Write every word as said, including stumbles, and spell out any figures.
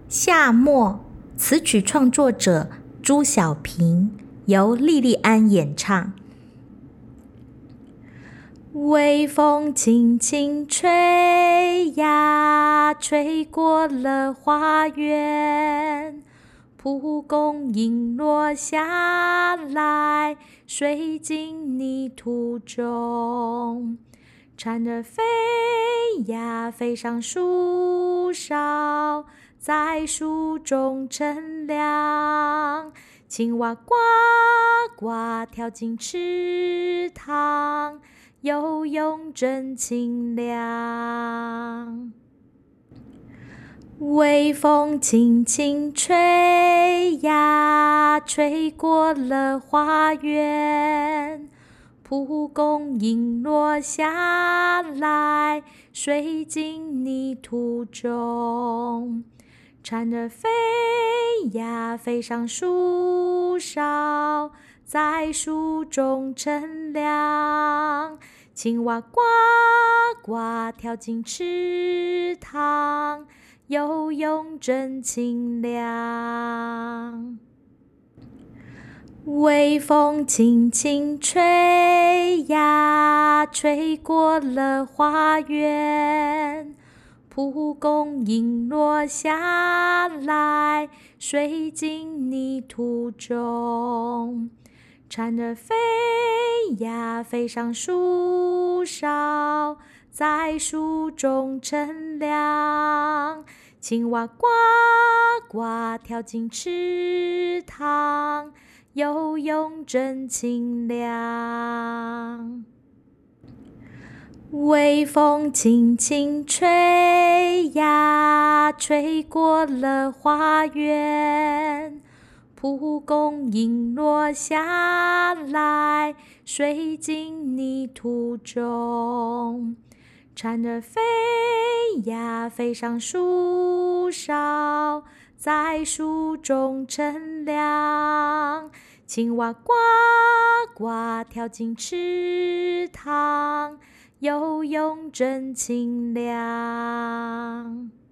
夏末，词曲创作者朱小平，由莉莉安演唱。微风轻轻吹呀，吹过了花园，蒲公英落下来，睡进泥土中。蝉儿飞呀，飞上树梢，在树中乘凉。青蛙呱呱跳进池塘，游泳真清凉。微风轻轻吹呀，吹过了花园，蒲公英落下来，睡进泥土中。蝉儿飞呀，飞上树梢，在树中乘凉。青蛙呱呱跳进池塘，游泳真清凉。微风轻轻吹呀，吹过了花园，蒲公英落下来，睡进泥土中。蝉儿飞呀，飞上树梢，在树中乘凉。青蛙呱呱跳进池塘，游泳真清凉。微风轻轻吹呀，吹过了花园，蒲公英落下来，睡进泥土中。蝉儿飞呀，飞上树梢，在树中乘凉。青蛙呱呱跳进池塘，游泳真清凉。